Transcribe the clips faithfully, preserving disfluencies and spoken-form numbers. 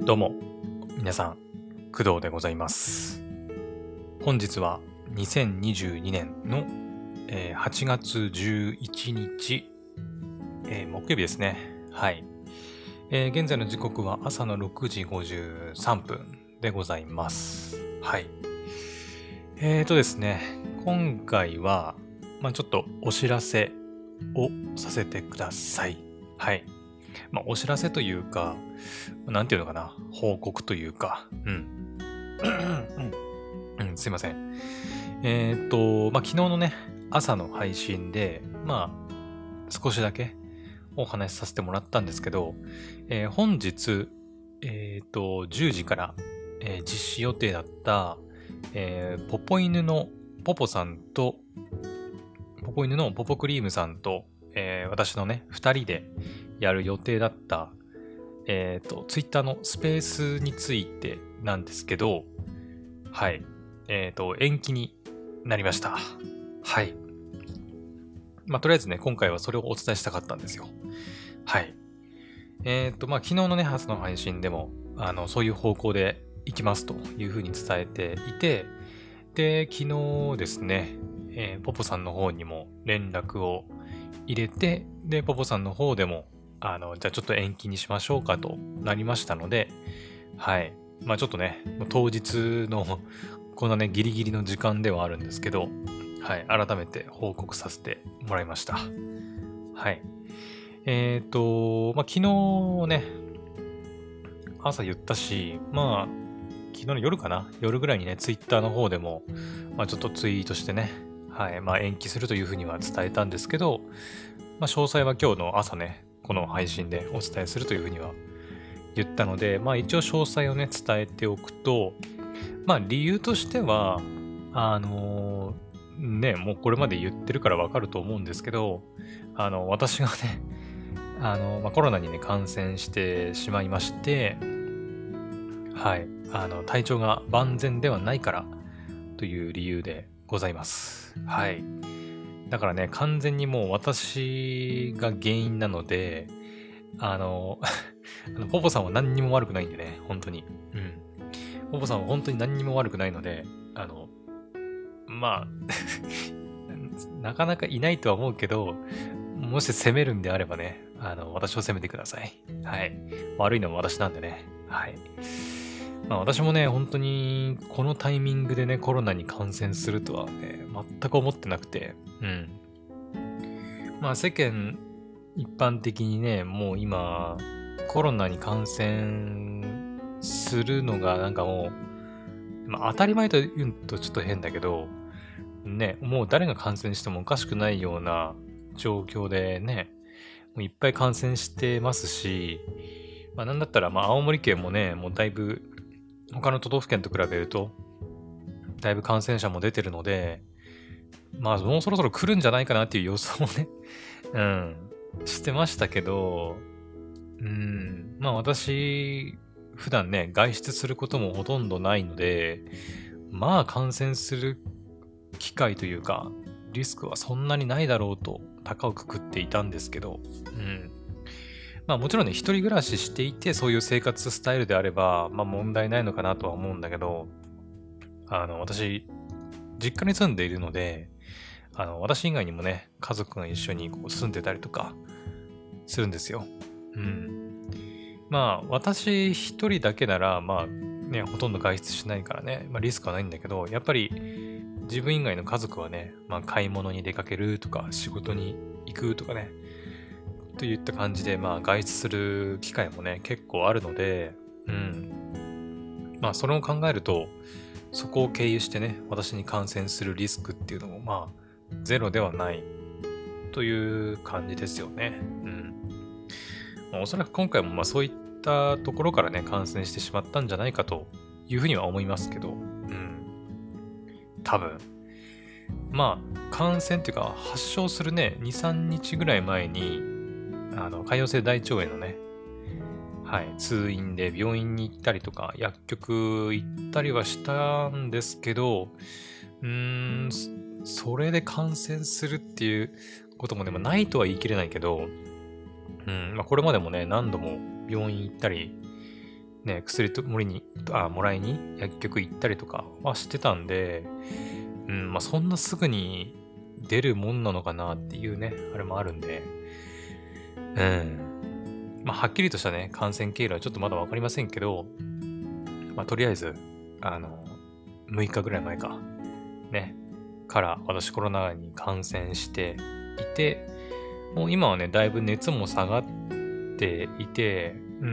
どうも、皆さん、工藤でございます。本日はにせんにじゅうにねんの、えーはちがつじゅういちにち、えー木曜日ですね。はい、えー現在の時刻は朝のろくじごじゅうさんぷんでございます。はい。えーとですね、今回は、まあ、ちょっとお知らせをさせてください。はい。まあ、お知らせというか、なんていうのかな、報告というか、うん。うん、すいません。えーっと、まあ、昨日のね、朝の配信で、まあ、少しだけお話しさせてもらったんですけど、えー本日、えーっと、じゅうじから、えー実施予定だった、えーポポ犬のポポさんと、ポポ犬のポポクリームさんと、えー私のね、ふたりでやる予定だった、えっと、ツイッターのスペースについてなんですけど、はい。えっと、延期になりました。はい。まあ、とりあえずね、今回はそれをお伝えしたかったんですよ。はい。えっと、まあ、昨日のね、初の配信でも、あの、そういう方向で行きますというふうに伝えていて、で、昨日ですね、えーポポさんの方にも連絡を入れて、で、ポポさんの方でも、あの、じゃあちょっと延期にしましょうかとなりましたので、はい。まあちょっとね、もう当日のこんなね、ギリギリの時間ではあるんですけど、はい。改めて報告させてもらいました。はい。えっと、まあ昨日ね、朝言ったし、まあ、昨日の夜かな夜ぐらいにね、ツイッターの方でも、まあちょっとツイートしてね、はい。まあ延期するというふうには伝えたんですけど、まあ詳細は今日の朝ね、この配信でお伝えするというふうには言ったので、まあ一応詳細をね、伝えておくと、まあ理由としては、あのーね、もうこれまで言ってるからわかると思うんですけど、あの、私がね、あの、まあ、コロナにね、感染してしまいまして、はい、あの、体調が万全ではないからという理由でございます。はい。だからね、完全にもう私が原因なので、あの、あのポポさんは何にも悪くないんでね、本当に。うん。ポポさんは本当に何にも悪くないので、あの、まあ、なかなかいないとは思うけど、もし責めるんであればね、あの、私を責めてください。はい。悪いのは私なんでね。はい。まあ私もね、本当にこのタイミングでね、コロナに感染するとはね、全く思ってなくて、うん。まあ世間一般的にね、もう今、コロナに感染するのがなんかもう、まあ、当たり前と言うとちょっと変だけど、ね、もう誰が感染してもおかしくないような状況でね、もういっぱい感染してますし、まあなんだったら、まあ青森県もね、もうだいぶ他の都道府県と比べると、だいぶ感染者も出てるので、まあもうそろそろ来るんじゃないかなっていう予想もね、うん、してましたけど、うん、まあ私、普段ね、外出することもほとんどないので、まあ感染する機会というか、リスクはそんなにないだろうと高をくくっていたんですけど、うん。まあもちろんね、一人暮らししていて、そういう生活スタイルであれば、まあ問題ないのかなとは思うんだけど、あの、私、実家に住んでいるので、あの、私以外にもね、家族が一緒にこう住んでたりとかするんですよ。うん。まあ、私一人だけなら、まあ、ね、ほとんど外出しないからね、まあリスクはないんだけど、やっぱり自分以外の家族はね、まあ買い物に出かけるとか、仕事に行くとかね、といった感じで、まあ外出する機会もね、結構あるので、うん。まあそれを考えると、そこを経由してね、私に感染するリスクっていうのも、まあ、ゼロではないという感じですよね。うん。まあ、おそらく今回もまあそういったところからね、感染してしまったんじゃないかというふうには思いますけど、うん。多分。まあ、感染っていうか、発症するね、に、さんにちぐらい前に、あの、潰瘍性大腸炎のね、はい、通院で病院に行ったりとか、薬局行ったりはしたんですけど、うーん、そそれで感染するっていうこともね、まあないとは言い切れないけど、うん、まあこれまでもね、何度も病院行ったりね、薬ともりにあもらいに薬局行ったりとかはしてたんで、うん、まあそんなすぐに出るもんなのかなっていうね、あれもあるんで、うん。まあはっきりとしたね、感染経路はちょっとまだわかりませんけど、まあとりあえず、あの、むいかぐらい前か、ね、から私コロナに感染していて、もう今はね、だいぶ熱も下がっていて、うん、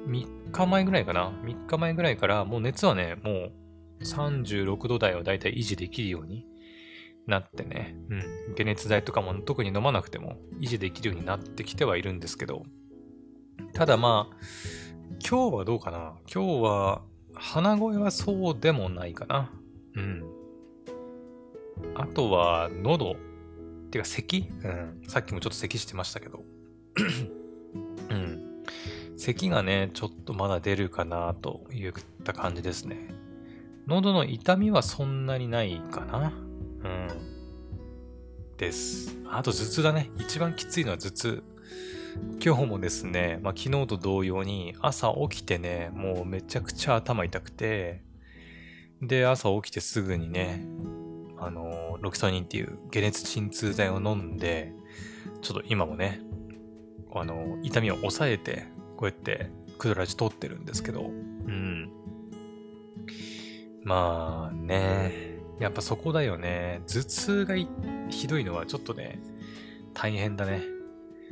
みっかまえぐらいかな。みっかまえぐらいからもう熱はね、もうさんじゅうろくど台をだいたい維持できるようになってね、うん、解熱剤とかも特に飲まなくても維持できるようになってきてはいるんですけど、ただまあ、今日はどうかな。今日は鼻声はそうでもないかな。うん。あとは喉、てか咳、うん、さっきもちょっと咳してましたけど、うん。咳がね、ちょっとまだ出るかなといった感じですね。喉の痛みはそんなにないかな。うん。です。あと頭痛だね。一番きついのは頭痛。今日もですね、まあ、昨日と同様に朝起きてね、もうめちゃくちゃ頭痛くて、で、朝起きてすぐにね、あのーロキソニンっていう解熱鎮痛剤を飲んで、ちょっと今もね、あのー痛みを抑えて、こうやってクドラジ撮ってるんですけど、うん。まあね、やっぱそこだよね。頭痛がひどいのはちょっとね、大変だね。うん。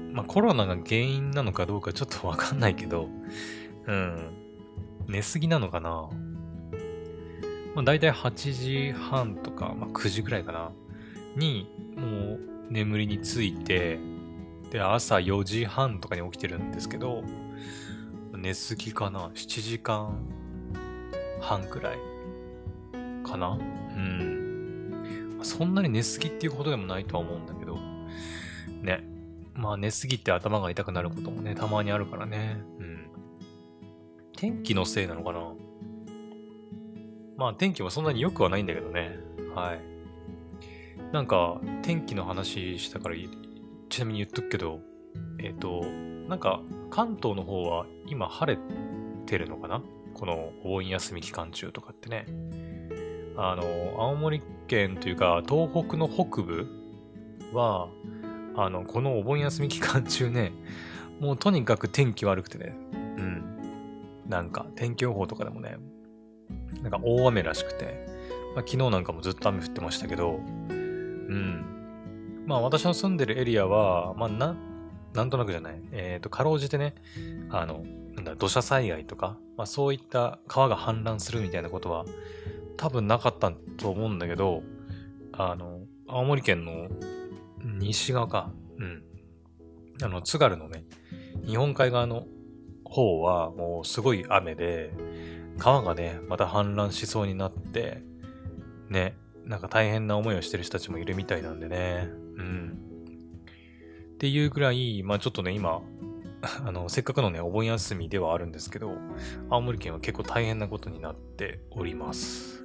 まあコロナが原因なのかどうかちょっとわかんないけど、うん。寝すぎなのかな。まあ大体はちじはんとか、まあくじぐらいかな。に、もう眠りについて、で、朝よじはんとかに起きてるんですけど、寝すぎかな ?しちじかんはんくらいかな。うん。そんなに寝すぎっていうことでもないとは思うんだけど、ね。まあ寝すぎて頭が痛くなることもね、たまにあるからね。うん。天気のせいなのかな。まあ天気もそんなに良くはないんだけどね。はい。なんか天気の話したからちなみに言っとくけど、えっと、なんか関東の方は今晴れてるのかな、このお盆休み期間中とかってね。あの、青森県というか東北の北部は、あの、このお盆休み期間中ね、もうとにかく天気悪くてね、うん。なんか天気予報とかでもね、なんか大雨らしくて、まあ、昨日なんかもずっと雨降ってましたけど、うん。まあ私の住んでるエリアは、まあな、なんとなくじゃない。えっと、かろうじてね、あの、なんだ、土砂災害とか、まあそういった川が氾濫するみたいなことは多分なかったと思うんだけど、あの、青森県の西側か、うん。あの、津軽のね、日本海側の方はもうすごい雨で、川がね、また氾濫しそうになって、ね、なんか大変な思いをしてる人たちもいるみたいなんでね。うん。っていうぐらい、まあちょっとね、今、あの、せっかくのね、お盆休みではあるんですけど、青森県は結構大変なことになっております。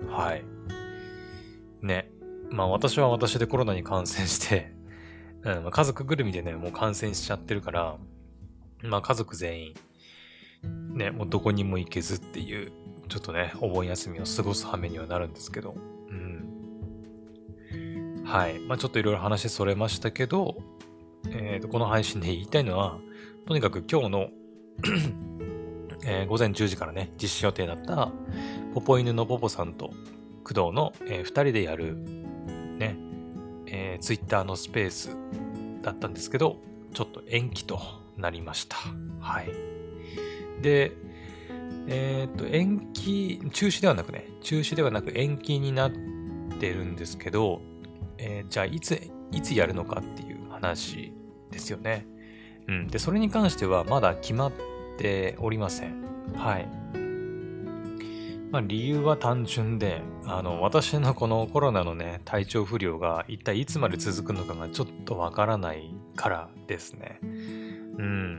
はい。ね。まあ私は私でコロナに感染して、うん、まあ、家族ぐるみでね、もう感染しちゃってるから、まあ家族全員、ね、もうどこにも行けずっていう、ちょっとね、お盆休みを過ごす羽目にはなるんですけど、うん。はい。まあちょっといろいろ話それましたけど、えーと、この配信で言いたいのは、とにかく今日のえー午前じゅうじからね、実施予定だった、ポポ犬のポポさんと工藤の、えー、ふたりでやる、ね、えー、ツイッターのスペースだったんですけど、ちょっと延期となりました。はい。で、えっと、延期、中止ではなくね、中止ではなく延期になってるんですけど、えーじゃあいつ、いつやるのかっていう話ですよね。うん。で、それに関してはまだ決まっておりません。はい。まあ理由は単純で、あの、私のこのコロナのね、体調不良が一体いつまで続くのかがちょっとわからないからですね。うん。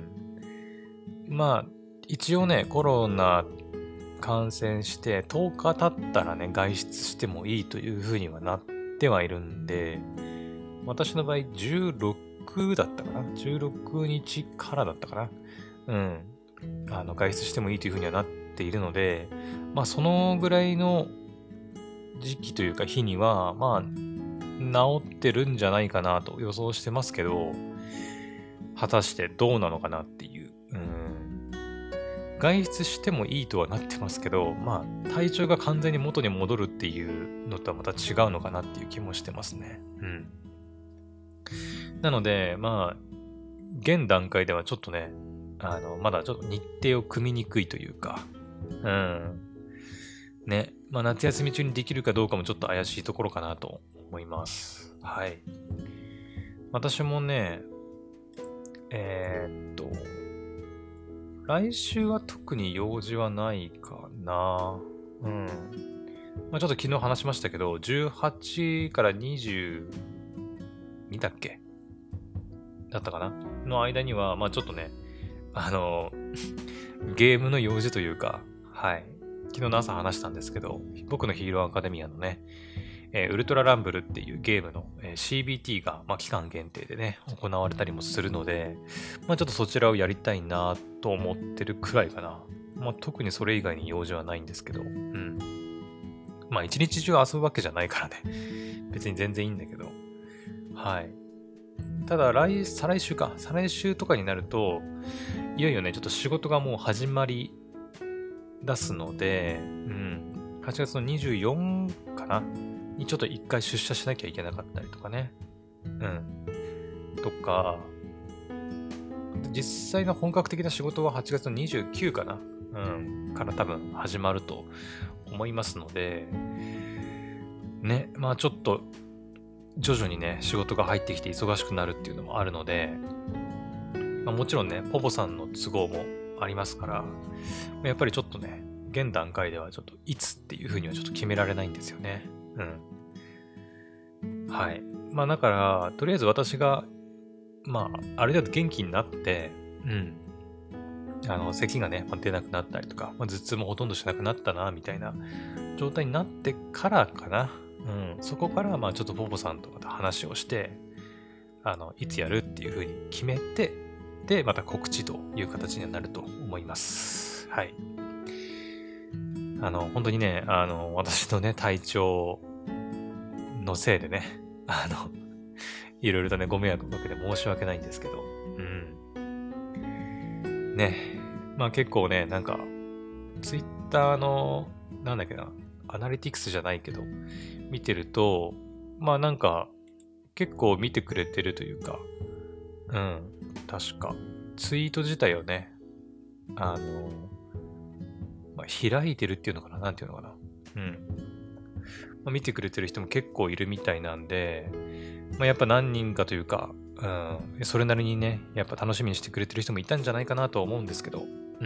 まあ、一応ね、コロナ感染してとおか経ったらね、外出してもいいというふうにはなってはいるんで、私の場合じゅうろくだったかな ?じゅうろくにちからだったかなうん。 あの外出してもいいというふうにはなっているので、まあそのぐらいの時期というか日には、まあ治ってるんじゃないかなと予想してますけど、果たしてどうなのかなっていう。うん、外出してもいいとはなってますけど、まあ体調が完全に元に戻るっていうのとはまた違うのかなっていう気もしてますね。うん。なので、まあ、現段階ではちょっとね、あの、まだちょっと日程を組みにくいというか、うん。ね。まあ、夏休み中にできるかどうかもちょっと怪しいところかなと思います。はい。私もね、えー、っと、来週は特に用事はないかな。うん。まあ、ちょっと昨日話しましたけど、じゅうはちからにじゅうにだっけだったかなの間には、まあちょっとね、あの、ゲームの用事というか、はい。昨日の朝話したんですけど、僕のヒーローアカデミアのね、えーウルトラランブルっていうゲームの、えー シービーティー が、まあ、期間限定でね、行われたりもするので、まあちょっとそちらをやりたいなと思ってるくらいかな。まあ特にそれ以外に用事はないんですけど、うん。まあ一日中遊ぶわけじゃないからね。別に全然いいんだけど。はい。ただ来、再来週か。再来週とかになると、いよいよね、ちょっと仕事がもう始まり出すので、うん。はちがつのにじゅうよっかなにちょっと一回出社しなきゃいけなかったりとかね。うん。とか、実際の本格的な仕事ははちがつのにじゅうくかな。うん。から多分始まると思いますので、ね。まあちょっと、徐々にね、仕事が入ってきて忙しくなるっていうのもあるので、まあ、もちろんね、ポポさんの都合もありますから、やっぱりちょっとね、現段階ではちょっといつっていうふうにはちょっと決められないんですよね。うん。はい。まあだから、とりあえず私が、まあ、ある程度元気になって、うん。あの、咳がね、まあ出なくなったりとか、まあ、頭痛もほとんどしなくなったな、みたいな状態になってからかな。うん。そこから、まあちょっとポポさんとまた話をして、あの、いつやるっていうふうに決めて、で、また告知という形にはなると思います。はい。あの、本当にね、あの、私のね、体調のせいでね、あの、いろいろとね、ご迷惑をかけて申し訳ないんですけど、うん。ね、まあ結構ね、なんか、ツイッターの、なんだっけな、アナリティクスじゃないけど、見てると、まあなんか、結構見てくれてるというか、うん、確か、ツイート自体をね、あの、まあ、開いてるっていうのかななんていうのかなうん。まあ、見てくれてる人も結構いるみたいなんで、まあ、やっぱ何人かというか、うん、それなりにね、やっぱ楽しみにしてくれてる人もいたんじゃないかなとは思うんですけど、うん。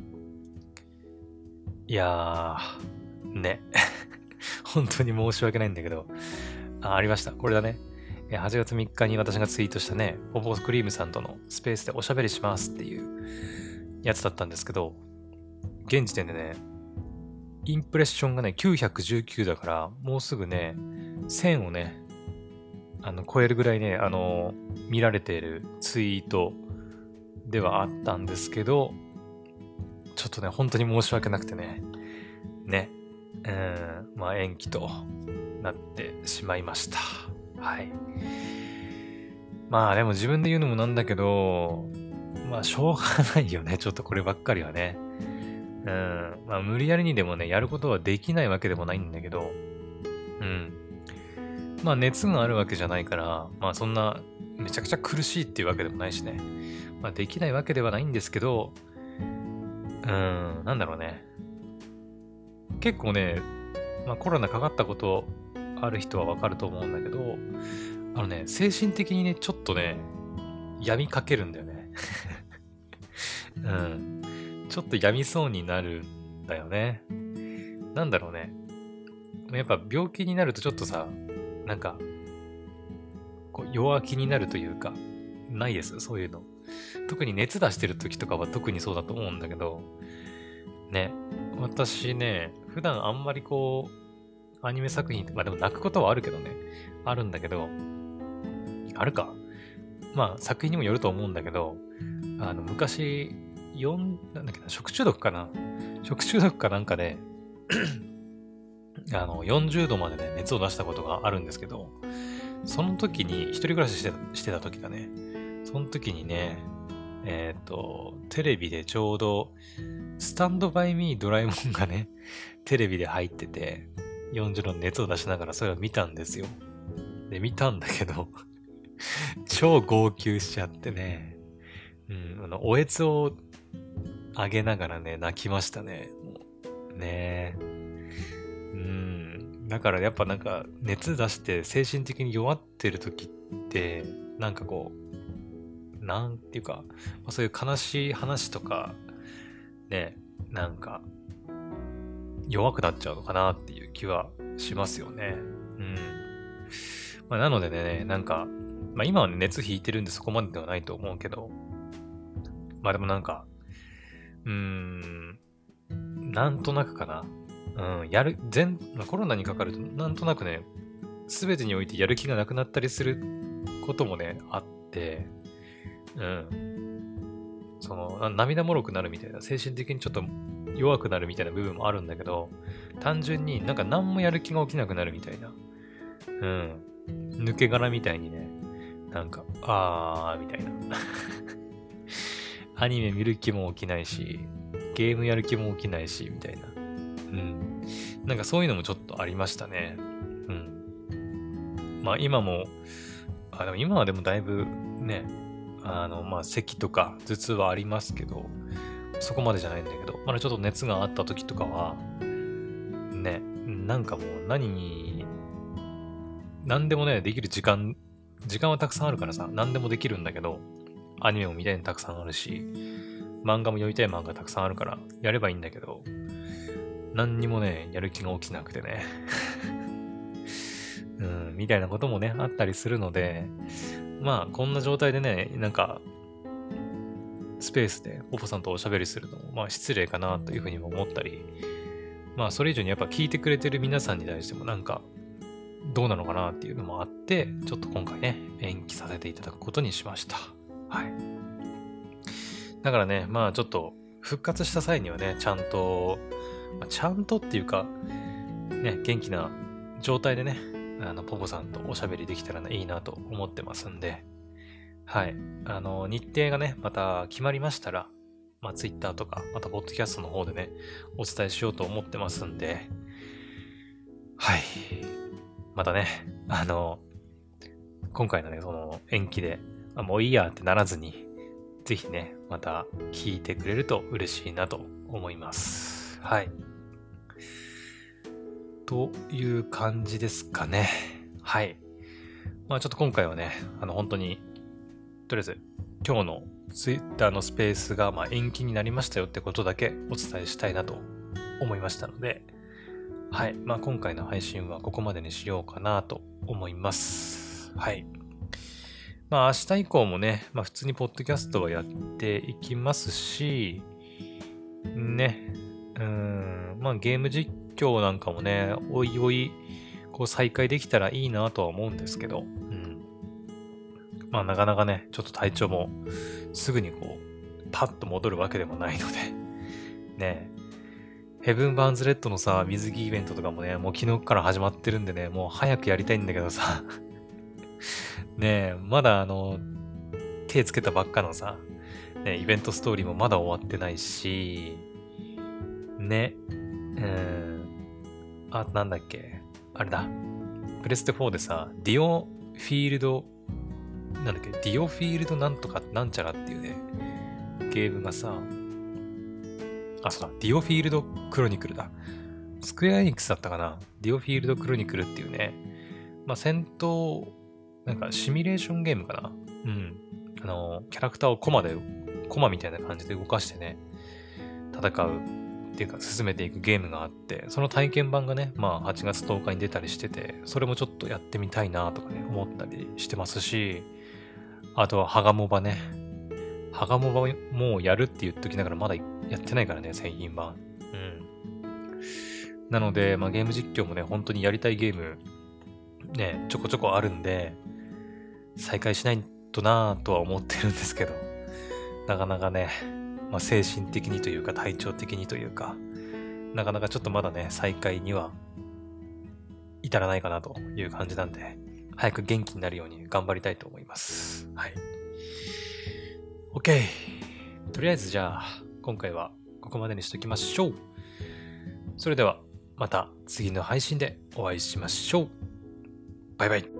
いやー、ね。本当に申し訳ないんだけど、あ、ありました。これだね。えはちがつみっかに私がツイートしたね、ポポクリームさんとのスペースでおしゃべりしますっていうやつだったんですけど、現時点でね、インプレッションがね、きゅうひゃくじゅうきゅうだから、もうすぐね、せんをね、あの、超えるぐらいね、あの、見られているツイートではあったんですけど、ちょっとね、本当に申し訳なくてね、ね、うん、まあ延期となってしまいました。はい。まあでも自分で言うのもなんだけど、まあしょうがないよね、ちょっとこればっかりはね。うん。まあ無理やりにでもね、やることはできないわけでもないんだけど、うん。まあ熱があるわけじゃないから、まあそんなめちゃくちゃ苦しいっていうわけでもないしね。まあできないわけではないんですけど、うん、なんだろうね。結構ね、まあコロナかかったことある人はわかると思うんだけど、あのね、精神的にね、ちょっとね、病みかけるんだよね。うん。ちょっと病みそうになるんだよね。なんだろうね。やっぱ病気になるとちょっとさ、なんか、こう弱気になるというか、ないです、そういうの。特に熱出してる時とかは特にそうだと思うんだけど、ね、私ね、普段あんまりこう、アニメ作品、まあでも泣くことはあるけどね、あるんだけど、あるか。まあ作品にもよると思うんだけど、あの、昔よん、なんだっけな、食中毒かな食中毒かなんかで、あの、よんじゅうどまでね、熱を出したことがあるんですけど、その時に、一人暮らししてた、してた時だね。その時にね、えっと、テレビでちょうど、スタンドバイミードラえもんがね、テレビで入ってて、よんじゅうどの熱を出しながらそれを見たんですよ。で、見たんだけど、超号泣しちゃってね、うん、あの、おえつをあげながらね、泣きましたね。ねえ。うん。だからやっぱなんか、熱出して精神的に弱ってる時って、なんかこう、なんていうか、まあ、そういう悲しい話とか、ね、なんか、弱くなっちゃうのかなっていう気はしますよね。うん。まあ、なのでね、なんか、まあ今はね、熱引いてるんでそこまでではないと思うけど、まあでもなんか、うーん、なんとなくかな。うん、やる、全、まあコロナにかかると、なんとなくね、すべてにおいてやる気がなくなったりすることもね、あって、うん。その、な涙もろくなるみたいな、精神的にちょっと弱くなるみたいな部分もあるんだけど、単純になんか何もやる気が起きなくなるみたいな。うん。抜け殻みたいにね、なんか、あー、みたいな。アニメ見る気も起きないし、ゲームやる気も起きないし、みたいな。うん。なんかそういうのもちょっとありましたね。うん。まあ今も、あ、でも今はでもだいぶね、あの、まあ咳とか頭痛はありますけど、そこまでじゃないんだけど、まだちょっと熱があった時とかは、ね、なんかもう何に、何でもね、できる時間、時間はたくさんあるからさ、何でもできるんだけど、アニメも見たいのたくさんあるし、漫画も読みたい漫画たくさんあるから、やればいいんだけど、何にもね、やる気が起きなくてね。うん、みたいなこともね、あったりするので、まあ、こんな状態でね、なんか、スペースでお子さんとおしゃべりするのも、まあ失礼かなというふうにも思ったり、まあそれ以上にやっぱ聞いてくれてる皆さんに対してもなんか、どうなのかなっていうのもあって、ちょっと今回ね、延期させていただくことにしました。はい。だからね、まあちょっと復活した際にはね、ちゃんと、まあ、ちゃんとっていうか、ね、元気な状態でね、あの、ポポさんとおしゃべりできたらいいなと思ってますんで、はい。あの、日程がね、また決まりましたら、まあ、Twitter とか、また、ポッドキャストの方でね、お伝えしようと思ってますんで、はい。またね、あの、今回のね、その延期で、あ、もういいやってならずに、ぜひね、また聞いてくれると嬉しいなと思います。はい。という感じですかね。はい。まあちょっと今回はね、あの本当に、とりあえず今日の Twitter のスペースがまあ延期になりましたよってことだけお伝えしたいなと思いましたので、はい。まあ今回の配信はここまでにしようかなと思います。はい。まあ明日以降もね、まあ普通にポッドキャストはやっていきますし、ね、うーん、まあゲーム実況なんかもね、おいおい、こう再開できたらいいなとは思うんですけど、うん。まあなかなかね、ちょっと体調もすぐにこう、パッと戻るわけでもないので、ね、ヘブン・バーンズ・レッドのさ、水着イベントとかもね、もう昨日から始まってるんでね、もう早くやりたいんだけどさ、ねえ、まだあの、手つけたばっかのさ、ね、イベントストーリーもまだ終わってないし、ね、うん、あ、なんだっけ、あれだ、プレステフォーでさ、ディオフィールド、なんだっけ、ディオフィールドなんとかなんちゃらっていうね、ゲームがさ、あ、そうだ、ディオフィールドクロニクルだ。スクエアエニックスだったかな。ディオフィールドクロニクルっていうね、まあ、戦闘、なんかシミュレーションゲームかな。うん。あの、キャラクターをコマで、コマみたいな感じで動かしてね、戦うっていうか進めていくゲームがあって、その体験版がね、まあはちがつとおかに出たりしてて、それもちょっとやってみたいなとかね、思ったりしてますし、あとはハガモバね。ハガモバもうやるって言っときながらまだやってないからね、製品版。うん。なので、まあゲーム実況もね、本当にやりたいゲーム、ね、ちょこちょこあるんで、再開しないとなぁとは思ってるんですけど、なかなかね、 まあ、精神的にというか体調的にというか、なかなかちょっとまだね、再開には至らないかなという感じなんで、早く元気になるように頑張りたいと思います。はい。OK。とりあえずじゃあ、今回はここまでにしときましょう。それでは、また次の配信でお会いしましょう。バイバイ。